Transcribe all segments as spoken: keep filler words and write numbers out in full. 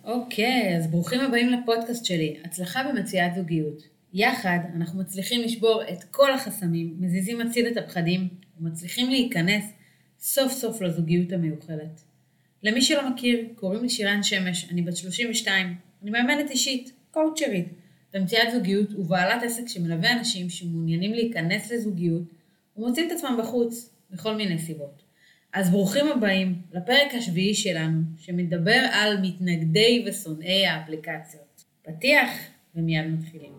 אוקיי, אז ברוכים הבאים לפודקאסט שלי, הצלחה במציאת זוגיות. יחד אנחנו מצליחים לשבור את כל החסמים, מזיזים הציד את הפחדים, ומצליחים להיכנס סוף סוף לזוגיות המיוחלת. למי שלא מכיר, קוראים לי שירן שמש, אני בת שלושים ושתיים, אני מאמנת אישית, קואוצ'רית, במציאת זוגיות ובעלת עסק שמלווה אנשים שמעוניינים להיכנס לזוגיות, ומוצאים את עצמם בחוץ, בכל מיני סיבות. אז ברוכים הבאים לפרק השביעי שלנו, שמדבר על מתנגדי ושונאי האפליקציות. פתיח ומיד מתחילים.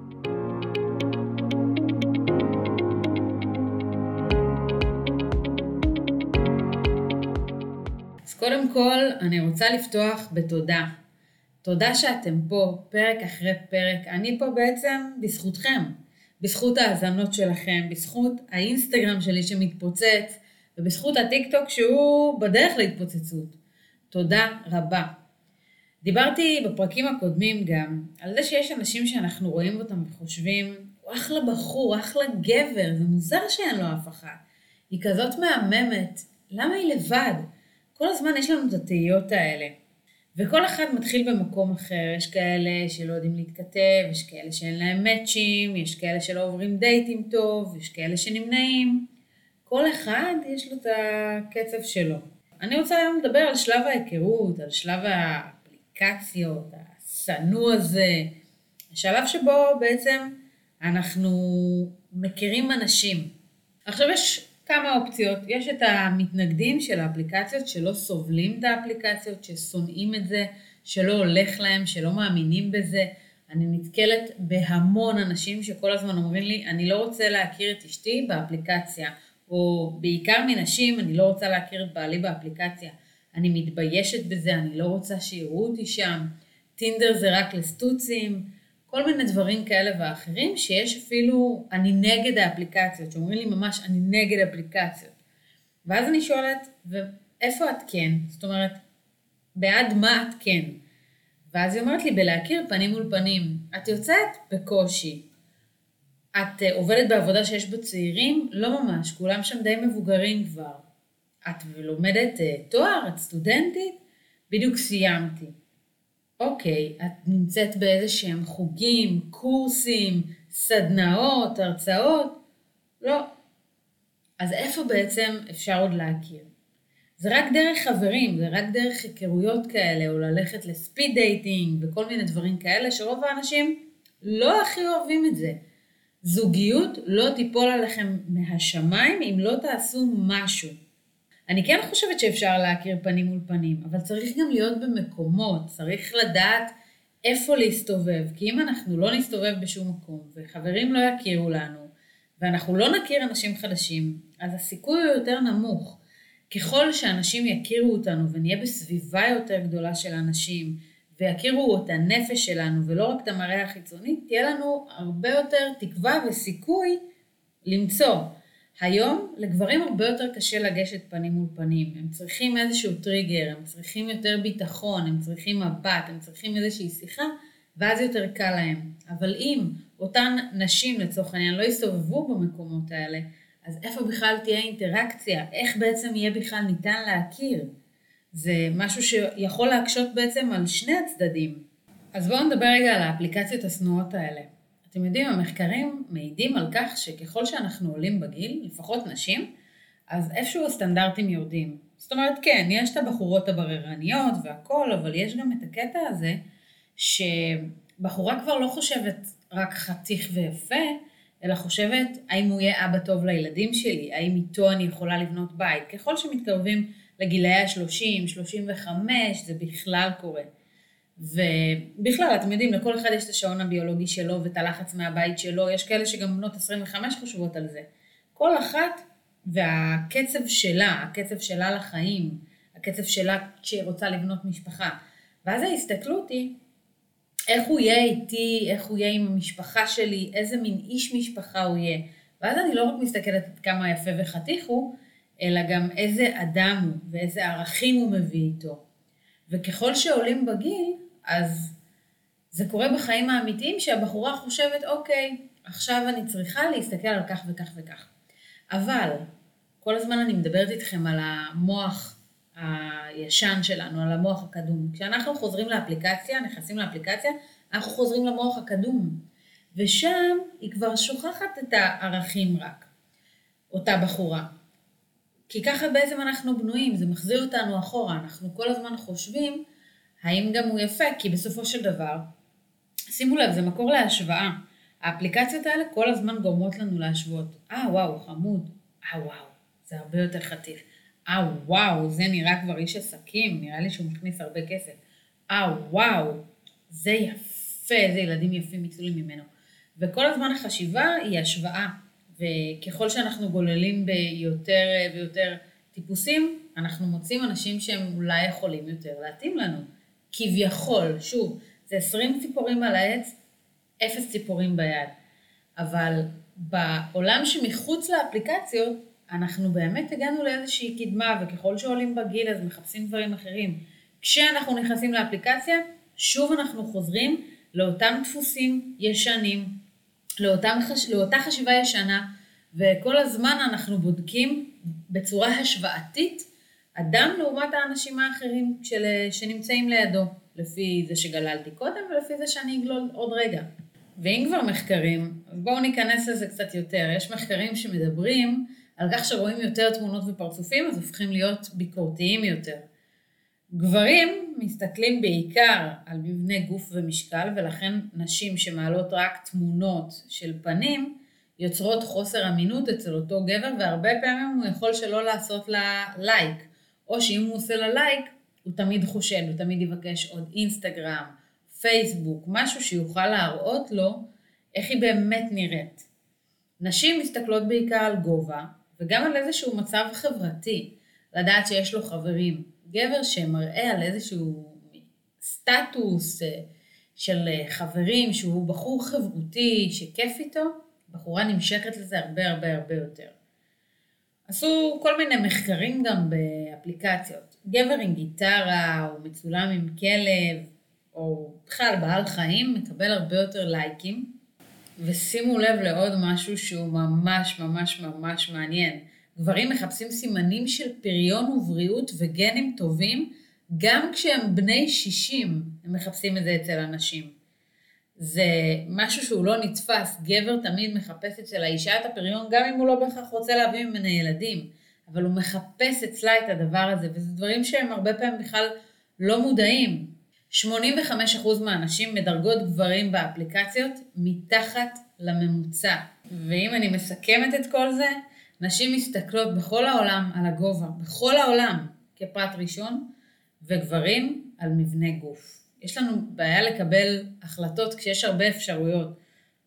אז קודם כל אני רוצה לפתוח בתודה. תודה שאתם פה, פרק אחרי פרק. אני פה בעצם בזכותכם, בזכות ההאזנות שלכם, בזכות האינסטגרם שלי שמתפוצץ, ובזכות הטיק-טוק שהוא בדרך להתפוצצות. תודה רבה. דיברתי בפרקים הקודמים גם על זה שיש אנשים שאנחנו רואים אותם וחושבים, הוא אחלה בחור, אחלה גבר, זה מוזר שאין לו אף אחת. היא כזאת מהממת, למה היא לבד? כל הזמן יש לנו את התהיות האלה. וכל אחד מתחיל במקום אחר, יש כאלה שלא יודעים להתכתב, יש כאלה שאין להם מאצ'ים, יש כאלה שלא עוברים דייטים טוב, יש כאלה שנמנעים. כל אחד יש לו את הקצב שלו. אני רוצה היום לדבר על שלב ההיכרות, על שלב האפליקציות, הסנוע הזה, השלב שבו בעצם אנחנו מכירים אנשים. עכשיו יש כמה אופציות, יש את המתנגדים של האפליקציות שלא סובלים את האפליקציות, ששונאים את זה, שלא הולך להם, שלא מאמינים בזה. אני נתקלת בהמון אנשים שכל הזמן אומרים לי, אני לא רוצה להכיר את אשתי באפליקציה, או בעיקר מנשים, אני לא רוצה להכיר את בעלי באפליקציה, אני מתביישת בזה, אני לא רוצה שיראו אותי שם, טינדר זה רק לסטוצים, כל מיני דברים כאלה ואחרים, שיש אפילו, אני נגד האפליקציות, שאומרים לי ממש, אני נגד אפליקציות. ואז אני שואלת, ואיפה את כן? זאת אומרת, בעד מה את כן? ואז היא אומרת לי, בלהכיר פנים מול פנים, את יוצאת בקושי, את עובדת בעבודה שיש בה צעירים? לא ממש, כולם שם די מבוגרים כבר. את לומדת תואר, את סטודנטית? בדיוק סיימתי. אוקיי, את נמצאת באיזה שהם חוגים, קורסים, סדנאות, הרצאות? לא. אז איפה בעצם אפשר עוד להכיר? זה רק דרך חברים, זה רק דרך היכרויות כאלה, או ללכת לספיד דייטינג וכל מיני דברים כאלה, שרוב האנשים לא הכי אוהבים את זה. זוגיות לא תיפול עליכם מהשמיים אם לא תעשו משהו. אני כן חושבת שאפשר להכיר פנים מול פנים, אבל צריך גם להיות במקומות, צריך לדעת איפה להסתובב, כי אם אנחנו לא נסתובב בשום מקום, וחברים לא יכירו לנו, ואנחנו לא נכיר אנשים חדשים, אז הסיכוי הוא יותר נמוך. ככל שאנשים יכירו אותנו ונהיה בסביבה יותר גדולה של אנשים, ויכירו את הנפש שלנו ולא רק את המראה החיצוני, תהיה לנו הרבה יותר תקווה וסיכוי למצוא. היום לגברים הרבה יותר קשה לגשת פנים מול פנים, הם צריכים איזשהו טריגר, הם צריכים יותר ביטחון, הם צריכים מבט, הם צריכים איזושהי שיחה, ואז יותר קל להם. אבל אם אותן נשים לצורך העניין לא יסתובבו במקומות האלה, אז איפה בכלל תהיה אינטראקציה? איך בעצם יהיה בכלל ניתן להכיר? זה משהו שיכול להקשות בעצם על שני הצדדים. אז בואו נדבר רגע על האפליקציות השנואות האלה. אתם יודעים, המחקרים מעידים על כך שככל שאנחנו עולים בגיל, לפחות נשים, אז איפשהו הסטנדרטים יורדים. זאת אומרת, כן, יש את הבחורות הבררניות והכל, אבל יש גם את הקטע הזה, שבחורה כבר לא חושבת רק חתיך ויפה, אלא חושבת האם הוא יהיה אבא טוב לילדים שלי, האם איתו אני יכולה לבנות בית. ככל שמתקרבים לגילאי ה-שלושים, שלושים וחמש, זה בכלל קורה. ובכלל, אתם יודעים, לכל אחד יש את השעון הביולוגי שלו ואת הלחץ מהבית שלו, יש כאלה שגם בנות עשרים וחמש חושבות על זה. כל אחת והקצב שלה, הקצב שלה לחיים, הקצב שלה כשהיא רוצה לבנות משפחה. ואז ההסתכלות היא, איך הוא יהיה איתי, איך הוא יהיה עם המשפחה שלי, איזה מין איש משפחה הוא יהיה. ואז אני לא רק מסתכלת כמה יפה וחתיך הוא, אלא גם איזה אדם הוא ואיזה ערכים הוא מביא איתו. וככל שעולים בגיל, אז זה קורה בחיים האמיתיים שהבחורה חושבת, אוקיי, עכשיו אני צריכה להסתכל על כך וכך וכך. אבל כל הזמן אני מדברת איתכם על המוח הישן שלנו, על המוח הקדום. כשאנחנו חוזרים לאפליקציה, נכנסים לאפליקציה, אנחנו חוזרים למוח הקדום. ושם היא כבר שוכחת את הערכים רק, אותה בחורה. כי ככה בעצם אנחנו בנויים, זה מחזיר אותנו אחורה, אנחנו כל הזמן חושבים, האם גם הוא יפה, כי בסופו של דבר, שימו לב, זה מקור להשוואה. האפליקציות האלה כל הזמן גורמות לנו להשוות. אה, וואו, חמוד. אה, וואו, זה הרבה יותר חטיף. אה, וואו, זה נראה כבר איש עסקים, נראה לי שהוא מכניס הרבה כסף. אה, וואו, זה יפה, איזה ילדים יפים מצולים ממנו. וכל הזמן החשיבה היא השוואה, וככל שאנחנו גוללים ביותר ויותר טיפוסים, אנחנו מוצאים אנשים שהם אולי יכולים יותר להתאים לנו. כביכול, שוב, זה עשרים ציפורים על העץ, אפס ציפורים ביד. אבל בעולם שמחוץ לאפליקציות, אנחנו באמת הגענו לאיזושהי קדמה, וככל שעולים בגיל אז מחפשים דברים אחרים. כשאנחנו נכנסים לאפליקציה, שוב אנחנו חוזרים לאותם דפוסים ישנים, לאותם, לאותה חשיבה ישנה, וכל הזמן אנחנו בודקים בצורה השוואתית, אדם לעומת האנשים האחרים של, שנמצאים לידו, לפי זה שגללתי קודם ולפי זה שאני אגלול עוד רגע. ואם כבר מחקרים, אז בואו ניכנס לזה קצת יותר. יש מחקרים שמדברים על כך שרואים יותר תמונות ופרצופים, אז הופכים להיות ביקורתיים יותר. גברים מסתכלים בעיקר על מבנה גוף ומשקל, ולכן נשים שמעלות רק תמונות של פנים, יוצרות חוסר אמינות אצל אותו גבר, והרבה פעמים הוא יכול שלא לעשות לה לייק, או שאם הוא עושה לה לייק, הוא תמיד חושד, הוא תמיד יבקש עוד אינסטגרם, פייסבוק, משהו שיוכל להראות לו איך היא באמת נראית. נשים מסתכלות בעיקר על גובה, וגם על איזשהו מצב חברתי, לדעת שיש לו חברים. גבר שמראה על איזשהו סטטוס של חברים, שהוא בחור חברותי, שכיף איתו, בחורה נמשכת לזה הרבה הרבה הרבה יותר. עשו כל מיני מחקרים גם באפליקציות. גבר עם גיטרה, או מצולם עם כלב, או בכלל בעל חיים, מקבל הרבה יותר לייקים. ושימו לב לעוד משהו שהוא ממש ממש ממש מעניין. גברים מחפשים סימנים של פריון ובריאות וגנים טובים, גם כשהם בני שישים, הם מחפשים את זה אצל אנשים. זה משהו שהוא לא נתפס, גבר תמיד מחפש אצל האישה את הפריון, גם אם הוא לא בהכרח רוצה להביא ממנה ילדים, אבל הוא מחפש אצלה את הדבר הזה, וזה דברים שהם הרבה פעמים בכלל לא מודעים. שמונים וחמישה אחוז מהאנשים מדרגות גברים באפליקציות מתחת לממוצע. ואם אני מסכמת את כל זה, נשים מסתכלות בכל העולם על הגובה, בכל העולם כפרט ראשון, וגברים על מבנה גוף. יש לנו בעיה לקבל החלטות כשיש הרבה אפשרויות.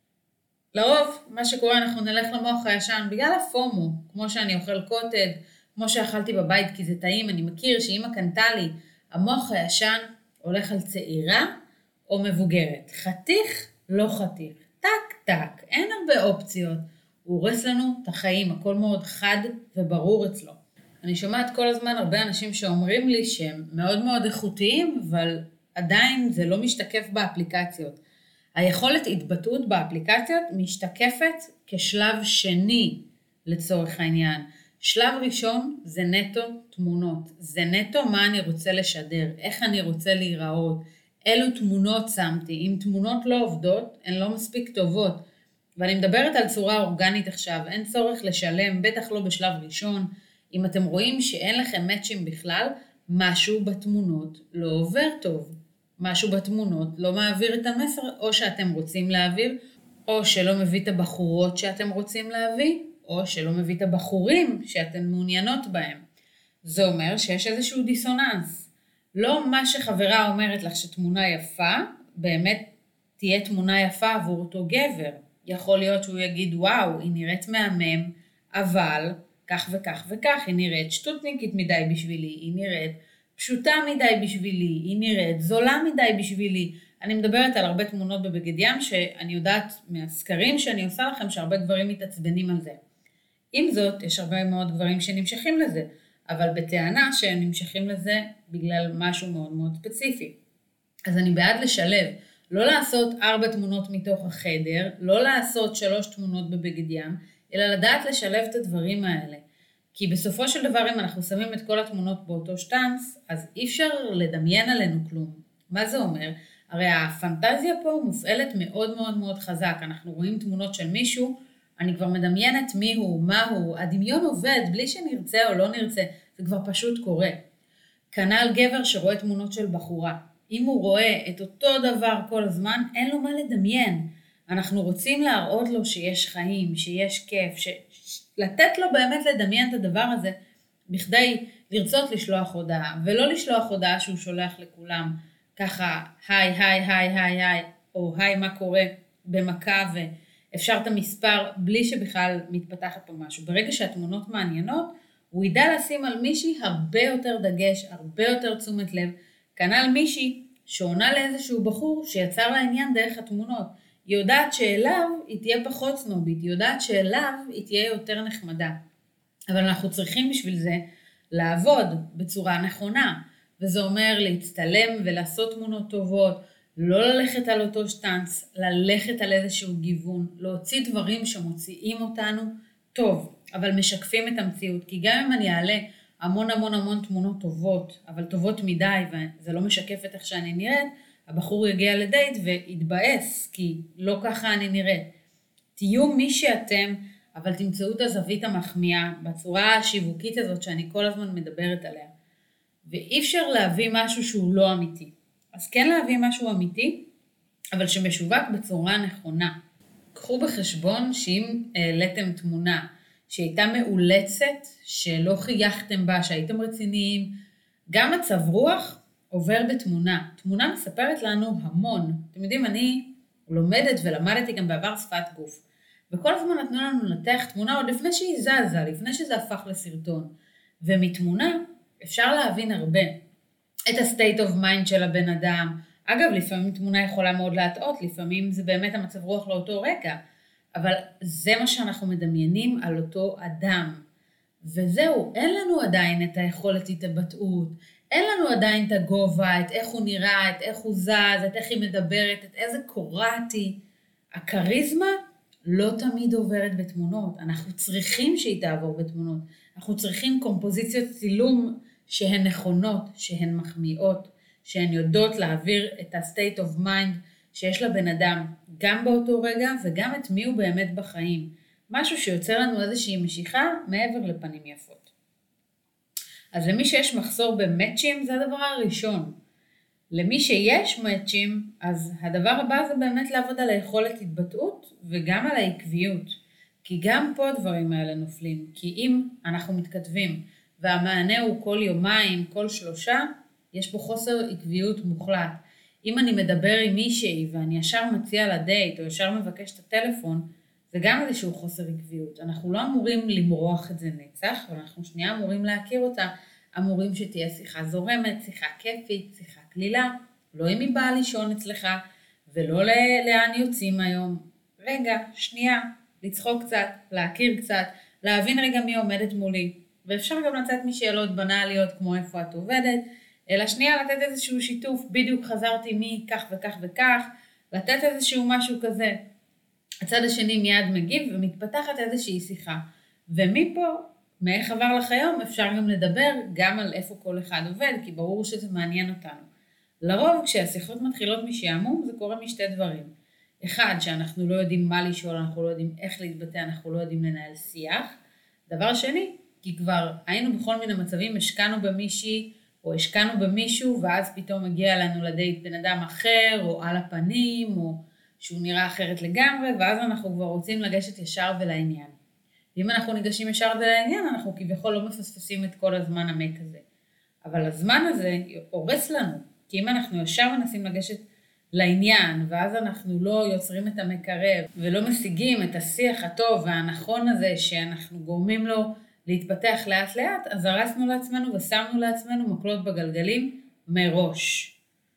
לרוב, מה שקורה, אנחנו נלך למוח הישן בגלל הפומו, כמו שאני אוכל קוטד, כמו שאכלתי בבית כי זה טעים, אני מכיר שאמא קנתה לי, המוח הישן הולך על צעירה או מבוגרת. חתיך, לא חתיך. טק, טק, אין הרבה אופציות. הוא הורס לנו את החיים, הכל מאוד חד וברור אצלו. אני שומעת כל הזמן הרבה אנשים שאומרים לי שהם מאוד מאוד איכותיים, אבל עדיין זה לא משתקף באפליקציות. היכולת התבטאות באפליקציות משתקפת כשלב שני לצורך העניין. שלב ראשון זה נטו תמונות, זה נטו מה אני רוצה לשדר, איך אני רוצה להיראות, אילו תמונות שמתי. אם תמונות לא עובדות, הן לא מספיק טובות. ואני מדברת על צורה אורגנית עכשיו, אין צורך לשלם, בטח לא בשלב ראשון. אם אתם רואים שאין לכם מאצ'ים בכלל, משהו בתמונות לא עובר טוב. משהו בתמונות לא מעביר את המסר, או שאתם רוצים להעביר, או שלא מביא את הבחורות שאתם רוצים להביא, או שלא מביא את הבחורים שאתן מעוניינות בהם. זה אומר שיש איזשהו דיסוננס. לא מה שחברה אומרת לך שתמונה יפה, באמת תהיה תמונה יפה עבור אותו גבר. יכול להיות שהוא יגיד, וואו, היא נראית מהמם, אבל כך וכך וכך, היא נראית שטוטניקית מדי בשבילי, היא נראית פשוטה מדי בשבילי, היא נראית זולה מדי בשבילי. אני מדברת על הרבה תמונות בבגד ים, שאני יודעת מהסקרים שאני עושה לכם, שהרבה גברים מתעצבנים על זה. עם זאת, יש הרבה מאוד גברים שנמשכים לזה, אבל בטענה שהם נמשכים לזה בגלל משהו מאוד מאוד ספציפי. אז אני בעד לשלב, לא לעשות ארבע תמונות מתוך החדר, לא לעשות שלוש תמונות בבגד ים, אלא לדעת לשלב את הדברים האלה. כי בסופו של דבר אם אנחנו שמים את כל התמונות באותו שטנץ, אז אי אפשר לדמיין עלינו כלום. מה זה אומר? הרי הפנטזיה פה מופעלת מאוד מאוד מאוד חזק. אנחנו רואים תמונות של מישהו, אני כבר מדמיינת מי הוא, מה הוא, הדמיון עובד בלי שנרצה או לא נרצה, זה כבר פשוט קורה. כנ"ל גבר שרואה תמונות של בחורה. אם הוא רואה את אותו דבר כל הזמן, אין לו מה לדמיין. אנחנו רוצים להראות לו שיש חיים, שיש כיף, ש... לתת לו באמת לדמיין את הדבר הזה, בכדי לרצות לשלוח הודעה, ולא לשלוח הודעה שהוא שולח לכולם, ככה היי היי היי היי היי, או היי מה קורה במכה ואפשר את המספר בלי שבכלל מתפתחת פה משהו. ברגע שהתמונות מעניינות, הוא ידע לשים על מישהי הרבה יותר דגש, הרבה יותר תשומת לב, כנ"ל מישהי שעונה לאיזשהו בחור שיצר לעניין דרך התמונות. היא יודעת שאליו היא תהיה פחות סנובית, היא יודעת שאליו היא תהיה יותר נחמדה. אבל אנחנו צריכים בשביל זה לעבוד בצורה נכונה, וזה אומר להצטלם ולעשות תמונות טובות, לא ללכת על אותו שטנץ, ללכת על איזשהו גיוון, להוציא דברים שמוציאים אותנו טוב, אבל משקפים את המציאות, כי גם אם אני אעלה המון המון המון תמונות טובות, אבל טובות מדי, וזה לא משקף את איך שאני נראית, הבחור יגיע לדייט ויתבאס, כי לא ככה אני נראית. תהיו מי שאתם, אבל תמצאו את הזווית המחמיאה, בצורה השיווקית הזאת שאני כל הזמן מדברת עליה. ואי אפשר להביא משהו שהוא לא אמיתי. אז כן להביא משהו אמיתי, אבל שמשווק בצורה נכונה. קחו בחשבון שאם העליתם תמונה שהייתה מאולצת, שלא חייכתם בה, שהייתם רציניים, גם מצב רוח עובר בתמונה. תמונה מספרת לנו המון. אתם יודעים, אני לומדת ולמדתי גם בעבר שפת גוף. וכל הזמן נתנו לנו לנתח תמונה עוד לפני שהיא זזה, לפני שזה הפך לסרטון. ומתמונה אפשר להבין הרבה. את ה-state of mind של הבן אדם. אגב, לפעמים תמונה יכולה מאוד להטעות, לפעמים זה באמת המצב רוח לאותו רגע. אבל זה מה שאנחנו מדמיינים על אותו אדם. וזהו, אין לנו עדיין את היכולת התבטאות, אין לנו עדיין את הגובה, את איך הוא נראה, את איך הוא זז, את איך היא מדברת, את איזה קוראתי. הקריזמה לא תמיד עוברת בתמונות, אנחנו צריכים שהיא תעבור בתמונות. אנחנו צריכים קומפוזיציות צילום שהן נכונות, שהן מחמיאות, שהן יודעות להעביר את ה-state of mind שיש לבן אדם גם באותו רגע וגם את מי הוא באמת בחיים. משהו שיוצר לנו איזושהי משיכה מעבר לפנים יפות. אז למי שיש מחסור במאצ'ים זה הדבר הראשון. למי שיש מאצ'ים, אז הדבר הבא זה באמת לעבוד על היכולת התבטאות וגם על העקביות. כי גם פה הדברים האלה נופלים. כי אם אנחנו מתכתבים והמענה הוא כל יומיים, כל שלושה, יש פה חוסר עקביות מוחלט. אם אני מדבר עם מישהי ואני ישר מציע לה דייט או ישר מבקש את הטלפון, זה גם איזשהו חוסר עקביות. אנחנו לא אמורים למרוח את זה נצח, אבל אנחנו שנייה אמורים להכיר אותה, אמורים שתהיה שיחה זורמת, שיחה כיפית, שיחה כלילה, לא אם היא באה לישון אצלך, ולא לאן יוצאים היום. רגע, שנייה, לצחוק קצת, להכיר קצת, להבין רגע מי עומדת מולי, ואפשר גם לצאת משאלות בנאליות כמו איפה את עובדת, אלא שנייה לתת איזשהו שיתוף, בדיוק חזרתי מי כך וכך וכך, לתת איזשהו משהו כזה. הצד השני מיד מגיב ומתפתחת איזושהי שיחה. ומפה, מאיך עבר לך היום, אפשר גם לדבר גם על איפה כל אחד עובד, כי ברור שזה מעניין אותנו. לרוב כשהשיחות מתחילות משעמום, זה קורה משתי דברים. אחד, שאנחנו לא יודעים מה לשאול, אנחנו לא יודעים איך להתבטא, אנחנו לא יודעים לנהל שיח. דבר שני, כי כבר היינו בכל מיני מצבים, השקענו במישהי, או השקענו במישהו, ואז פתאום מגיע לנו לדייט בן אדם אחר, או על הפנים, או שהוא נראה אחרת לגמרי, ואז אנחנו כבר רוצים לגשת ישר ולעניין. ואם אנחנו ניגשים ישר ולעניין, אנחנו כביכול לא מפספסים את כל הזמן המק הזה. אבל הזמן הזה הורס לנו, כי אם אנחנו ישר מנסים לגשת לעניין, ואז אנחנו לא יוצרים את המקרב, ולא משיגים את השיח הטוב והנכון הזה, שאנחנו גורמים לו להתפתח לאט לאט, אז הרסנו לעצמנו ושמנו לעצמנו מקלות בגלגלים מראש.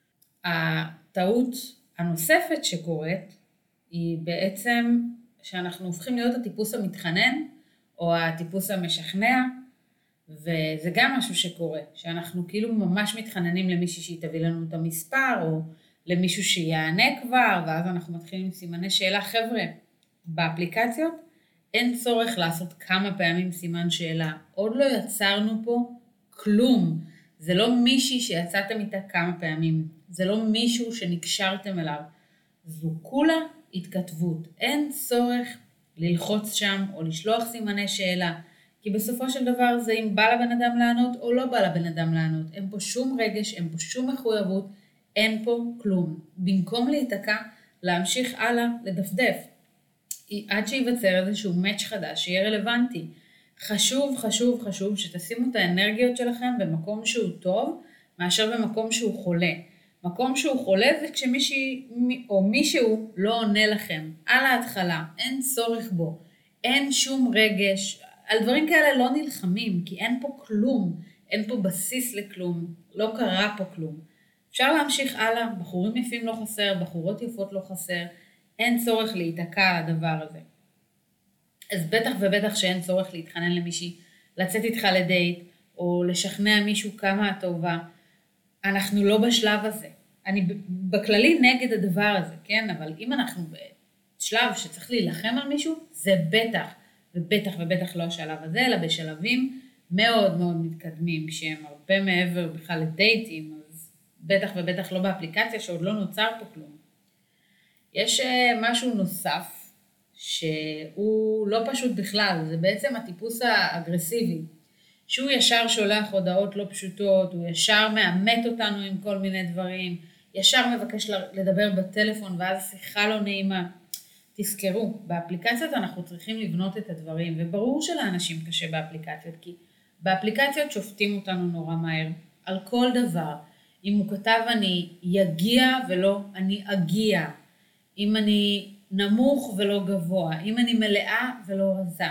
הטעות הנוספת שקורית, היא בעצם שאנחנו הופכים להיות הטיפוס המתחנן, או הטיפוס המשכנע, וזה גם משהו שקורה, שאנחנו כאילו ממש מתחננים למישהי שהיא תביא לנו את המספר, או למישהו שיענה כבר, ואז אנחנו מתחילים עם סימני שאלה. חבר'ה, באפליקציות אין צורך לעשות כמה פעמים סימן שאלה. עוד לא יצרנו פה כלום. זה לא מישהי שיצאתם איתה כמה פעמים. זה לא מישהו שנקשרתם אליו. זו כולה התכתבות. אין צורך ללחוץ שם או לשלוח סימני שאלה. כי בסופו של דבר זה אם בא לבן אדם לענות או לא בא לבן אדם לענות. אין פה שום רגש, אין פה שום מחויבות, אין פה כלום. במקום להיתקע, להמשיך הלאה, לדפדף. עד שיווצר איזשהו מאץ' חדש, שיהיה רלוונטי. חשוב, חשוב, חשוב שתשימו את האנרגיות שלכם במקום שהוא טוב, מאשר במקום שהוא חולה. מקום שהוא חולה זה כשמישהי או מישהו לא עונה לכם. על ההתחלה, אין צורך בו, אין שום רגש. על דברים כאלה לא נלחמים, כי אין פה כלום, אין פה בסיס לכלום, לא קרה פה כלום. אפשר להמשיך הלאה, בחורים יפים לא חסר, בחורות יפות לא חסר, אין צורך להיתקע על הדבר הזה. אז בטח ובטח שאין צורך להתחנן למישהי, לצאת איתך לדייט, או לשכנע מישהו כמה הטובה. אנחנו לא בשלב הזה. אני בכללי נגד הדבר הזה, כן? אבל אם אנחנו בשלב שצריך להילחם על מישהו, זה בטח, ובטח ובטח לא השלב הזה, אלא בשלבים מאוד מאוד מתקדמים, שהם הרבה מעבר בכלל לדייטים, אז בטח ובטח לא באפליקציה שעוד לא נוצר פה כלום. יש משהו נוסף שהוא לא פשוט בכלל, זה בעצם הטיפוס האגרסיבי, שהוא ישר שולח הודעות לא פשוטות, הוא ישר מאמת אותנו עם כל מיני דברים, ישר מבקש לדבר בטלפון ואז שיחה לא נעימה. תזכרו, באפליקציות אנחנו צריכים לבנות את הדברים, וברור שלאנשים קשה באפליקציות, כי באפליקציות שופטים אותנו נורא מהר, על כל דבר. אם הוא כתב אני יגיע ולא אני אגיע, אם אני נמוך ולא גבוה, אם אני מלאה ולא רזה.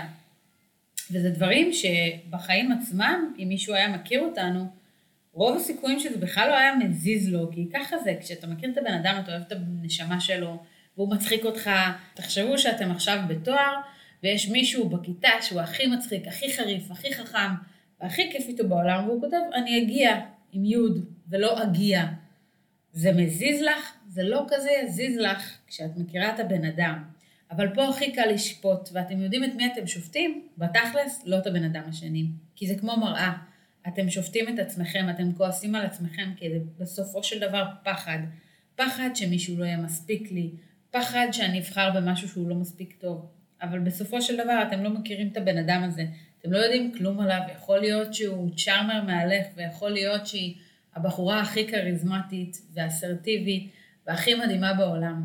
וזה דברים שבחיים עצמם, אם מישהו היה מכיר אותנו, רוב הסיכויים שזה בכלל לא היה מזיז לו, כי ככה זה, כשאתה מכיר את הבן אדם, אתה אוהב את הנשמה שלו, והוא מצחיק אותך, תחשבו שאתם עכשיו בתואר, ויש מישהו בכיתה שהוא הכי מצחיק, הכי חריף, הכי חכם, והכי כיף איתו בעולם, והוא כותב, אני אגיע עם יוד ולא אגיע. זה מזיז לך? זה לא כזה יזיז לך כשאת מכירה את הבן אדם. אבל פה הכי קל לשפוט, ואתם יודעים את מי אתם שופטים? בתכלס, לא את הבן אדם השני. כי זה כמו מראה. אתם שופטים את עצמכם, אתם כועסים על עצמכם, כי זה בסופו של דבר פחד. פחד שמישהו לא יהיה מספיק לי, פחד שאני אבחר במשהו שהוא לא מספיק טוב. אבל בסופו של דבר אתם לא מכירים את הבן אדם הזה. אתם לא יודעים כלום עליו, יכול להיות שהוא צ'ארמר מהלך, ויכול להיות שהיא הבחורה הכי קריזמטית ואסרטיבית, והכי מדהימה בעולם.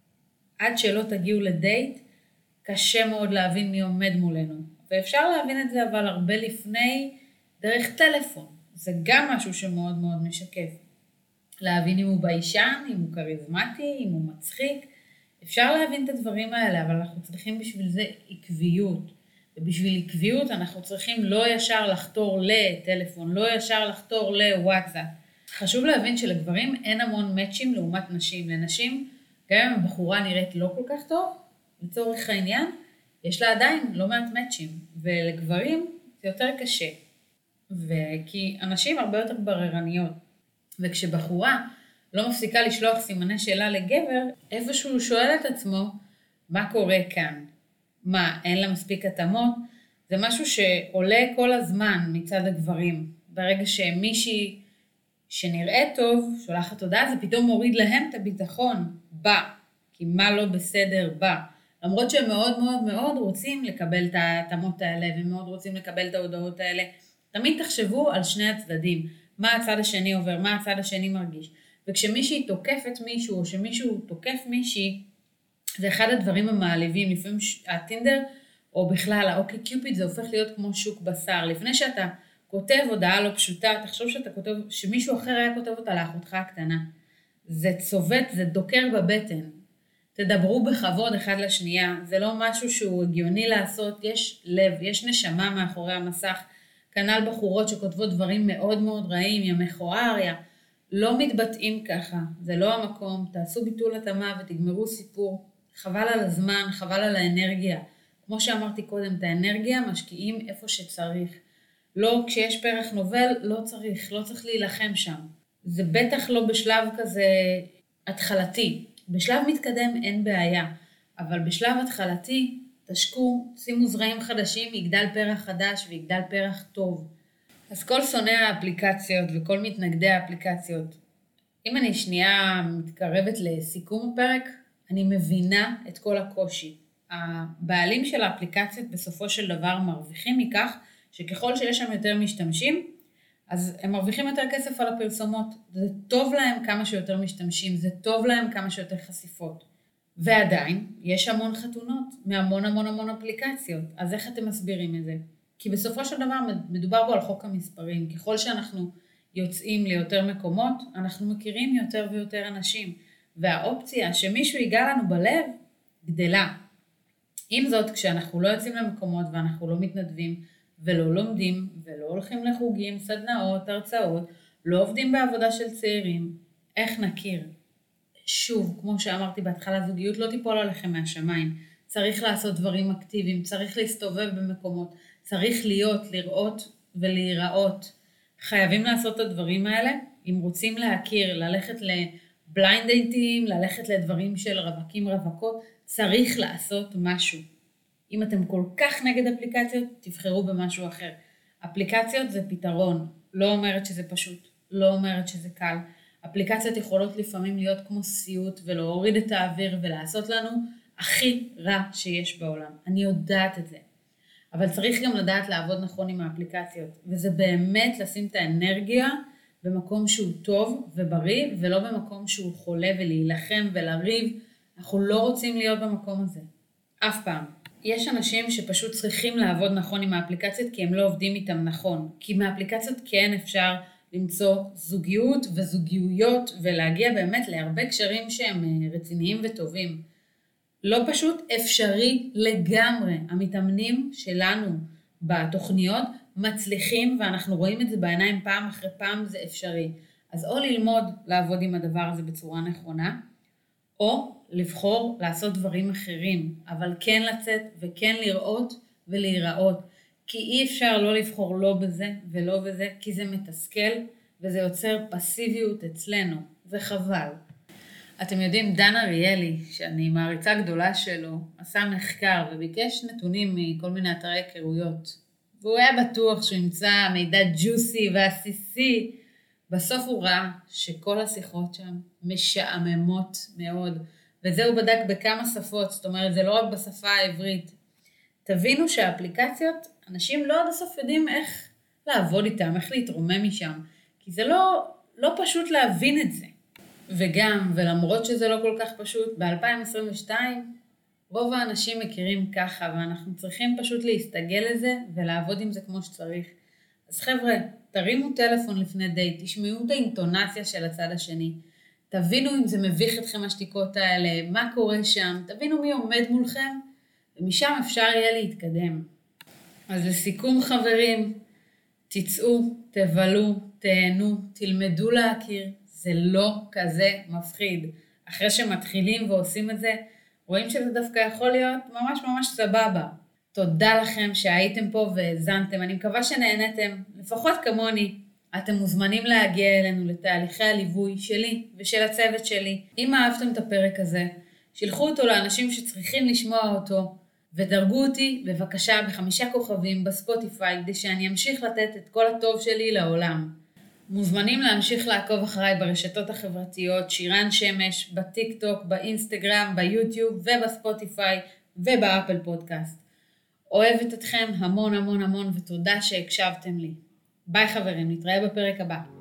עד שלא תגיעו לדייט, קשה מאוד להבין מי עומד מולנו. ואפשר להבין את זה אבל הרבה לפני דרך טלפון. זה גם משהו שמאוד מאוד משקף. להבין אם הוא ביישן, אם הוא קריזמטי, אם הוא מצחיק. אפשר להבין את הדברים האלה, אבל אנחנו צריכים בשביל זה עקביות. ובשביל עקביות אנחנו צריכים לא ישר לחתור לטלפון, לא ישר לחתור לוואטסאפ. חשוב להבין שלגברים אין המון מאצ'ים לעומת נשים. לנשים, גם אם הבחורה נראית לא כל כך טוב, לצורך העניין, יש לה עדיין לא מעט מאצ'ים. ולגברים זה יותר קשה. וכי אנשים הרבה יותר בררניות. וכשבחורה לא מפסיקה לשלוח סימני שאלה לגבר, איפשהו הוא שואל את עצמו, מה קורה כאן? מה, אין לה מספיק התאמות? זה משהו שעולה כל הזמן מצד הגברים. ברגע שמישהי שנראה טוב, שולחת הודעה, זה פתאום מוריד להם את הביטחון, בא. כי מה לא בסדר, בא. למרות שהם מאוד מאוד מאוד רוצים לקבל את ההתאמות האלה, ומאוד רוצים לקבל את ההודעות האלה. תמיד תחשבו על שני הצדדים. מה הצד השני עובר, מה הצד השני מרגיש. וכשמישהי תוקפת מישהו, או שמישהו תוקף מישהי, זה אחד הדברים המעליבים. לפעמים הטינדר, או בכלל, האוקי קיופיד, זה הופך להיות כמו שוק בשר. לפני שאתה כותב הודעה לא פשוטה, תחשוב שאתה כותב, שמישהו אחר היה כותב אותה לאחותך הקטנה. זה צובט, זה דוקר בבטן. תדברו בכבוד אחד לשנייה, זה לא משהו שהוא הגיוני לעשות, יש לב, יש נשמה מאחורי המסך, כנ"ל בחורות שכותבות דברים מאוד מאוד רעים, יא מכוער, יא, לא מתבטאים ככה, זה לא המקום, תעשו ביטול התאמה ותגמרו סיפור, חבל על הזמן, חבל על האנרגיה, כמו שאמרתי קודם, את האנרגיה משקיעים איפה שצריך, לא כשיש פרח נובל, לא צריך, לא צריך להילחם שם, זה בטח לא בשלב כזה התחלתי, בשלב מתקדם אין בעיה, אבל בשלב התחלתי תשקו, שימו זרעים חדשים, יגדל פרח חדש ויגדל פרח טוב. אז כל שונאי האפליקציות וכל מתנגדי האפליקציות, אם אני שנייה מתקרבת לסיכום הפרק, אני מבינה את כל הקושי. הבעלים של האפליקציות בסופו של דבר מרוויחים מכך שככל שיש שם יותר משתמשים, אז הם מרוויחים יותר כסף על הפרסומות. זה טוב להם כמה שיותר משתמשים, זה טוב להם כמה שיותר חשיפות. ועדיין, יש המון חתונות מהמון המון המון אפליקציות. אז איך אתם מסבירים את זה? כי בסופו של דבר מדובר בו על חוק המספרים. ככל שאנחנו יוצאים ליותר מקומות, אנחנו מכירים יותר ויותר אנשים. והאופציה שמישהו ייגע לנו בלב, גדלה. עם זאת, כשאנחנו לא יוצאים למקומות ואנחנו לא מתנדבים ולא לומדים ולא הולכים לחוגים, סדנאות, הרצאות, לא עובדים בעבודה של צעירים, איך נכיר? שוב, כמו שאמרתי בהתחלה, זוגיות לא תיפול עליכם מהשמיים. צריך לעשות דברים אקטיביים, צריך להסתובב במקומות, צריך להיות, לראות ולהיראות. חייבים לעשות את הדברים האלה. אם רוצים להכיר, ללכת לבליינד דייטים, ללכת לדברים של רווקים רווקות, צריך לעשות משהו. אם אתם כל כך נגד אפליקציות, תבחרו במשהו אחר. אפליקציות זה פתרון, לא אומרת שזה פשוט, לא אומרת שזה קל. אפליקציות יכולות לפעמים להיות כמו סיוט ולהוריד את האוויר ולעשות לנו הכי רע שיש בעולם. אני יודעת את זה. אבל צריך גם לדעת לעבוד נכון עם האפליקציות, וזה באמת לשים את האנרגיה במקום שהוא טוב ובריא, ולא במקום שהוא חולה ולהילחם ולריב. אנחנו לא רוצים להיות במקום הזה. אף פעם. יש אנשים שפשוט צריכים לעבוד נכון עם האפליקציות, כי הם לא עובדים איתם נכון. כי מהאפליקציות כן אפשר למצוא זוגיות וזוגיויות, ולהגיע באמת להרבה קשרים שהם רציניים וטובים. לא פשוט, אפשרי לגמרי. המתאמנים שלנו בתוכניות מצליחים, ואנחנו רואים את זה בעיניים פעם אחרי פעם, זה אפשרי. אז או ללמוד לעבוד עם הדבר הזה בצורה נכונה, או לבחור לעשות דברים אחרים, אבל כן לצאת וכן לראות ולהיראות. כי אי אפשר לא לבחור לא בזה ולא בזה, כי זה מתסכל וזה יוצר פסיביות אצלנו, וחבל. אתם יודעים, דן אריאלי, שאני מעריצה גדולה שלו, עשה מחקר וביקש נתונים מכל מיני אתרי היכרויות. והוא היה בטוח שהוא ימצא מידע ג'וסי ועסיסי. בסוף הוא ראה שכל השיחות שם משעממות מאוד. וזה הוא בדק בכמה שפות, זאת אומרת, זה לא רק בשפה העברית. תבינו שהאפליקציות, אנשים לא עד הסוף יודעים איך לעבוד איתם, איך להתרומם משם. כי זה לא, לא פשוט להבין את זה. וגם, ולמרות שזה לא כל כך פשוט, ב-אלפיים עשרים ושתיים רוב האנשים מכירים ככה, ואנחנו צריכים פשוט להסתגל לזה ולעבוד עם זה כמו שצריך. אז חבר'ה, תרימו טלפון לפני דייט, תשמעו את האינטונציה של הצד השני, תבינו אם זה מביך אתכם השתיקות האלה, מה קורה שם, תבינו מי עומד מולכם, ומשם אפשר יהיה להתקדם. אז לסיכום חברים, תצאו, תבלו, תהנו, תלמדו להכיר, זה לא כזה מפחיד. אחרי שמתחילים ועושים את זה, רואים שזה דווקא יכול להיות ממש ממש סבבה. תודה לכם שהייתם פה והזנתם, אני מקווה שנהנתם, לפחות כמוני. אתם מוזמנים להגיע אלינו לתהליכי הליווי שלי ושל הצוות שלי. אם אהבתם את הפרק הזה, שילחו אותו לאנשים שצריכים לשמוע אותו, ודרגו אותי בבקשה בחמישה כוכבים בספוטיפיי, כדי שאני אמשיך לתת את כל הטוב שלי לעולם. מוזמנים להמשיך לעקוב אחריי ברשתות החברתיות, שירן שמש, בטיק טוק, באינסטגרם, ביוטיוב ובספוטיפיי ובאפל פודקאסט. אוהבת אתכם המון המון המון ותודה שהקשבתם לי. ביי חברים, נתראה בפרק הבא.